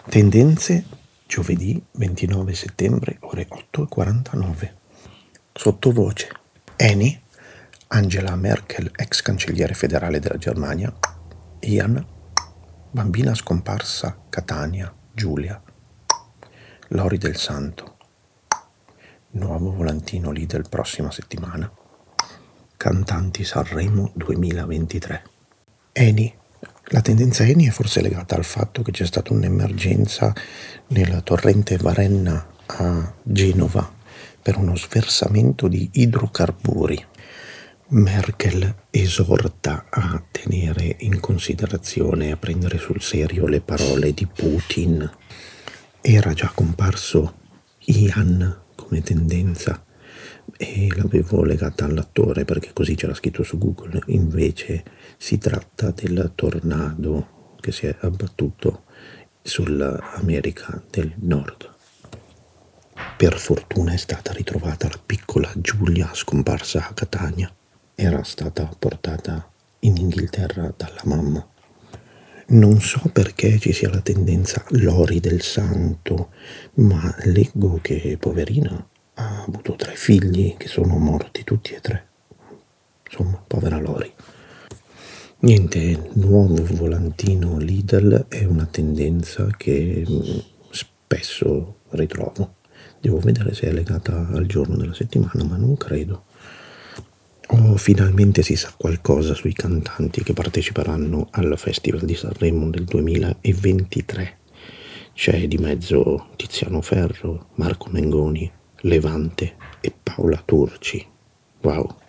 Tendenze, giovedì 29 settembre, ore 8:49. Sottovoce. Eni, Angela Merkel, ex cancelliere federale della Germania. Ian, bambina scomparsa, Catania, Giulia. Lori del Santo. Nuovo volantino Lidl prossima settimana. Cantanti Sanremo 2023. Eni. La tendenza Eni è forse legata al fatto che c'è stata un'emergenza nel torrente Varenna a Genova per uno sversamento di idrocarburi. Merkel esorta a tenere in considerazione, a prendere sul serio le parole di Putin. Era già comparso Ian come tendenza e l'avevo legata all'attore perché così c'era scritto su Google, invece si tratta del tornado che si è abbattuto sull'America del Nord. Per fortuna è stata ritrovata la piccola Giulia scomparsa a Catania, era stata portata in Inghilterra dalla mamma. Non so perché ci sia la tendenza Lori del Santo, ma leggo che poverina ha avuto 3 figli che sono morti tutti e 3. Insomma, povera Lori. Niente, nuovo volantino Lidl è una tendenza che spesso ritrovo. Devo vedere se è legata al giorno della settimana, ma non credo. Finalmente si sa qualcosa sui cantanti che parteciperanno al Festival di Sanremo del 2023. C'è di mezzo Tiziano Ferro, Marco Mengoni, Levante e Paola Turci. Wow!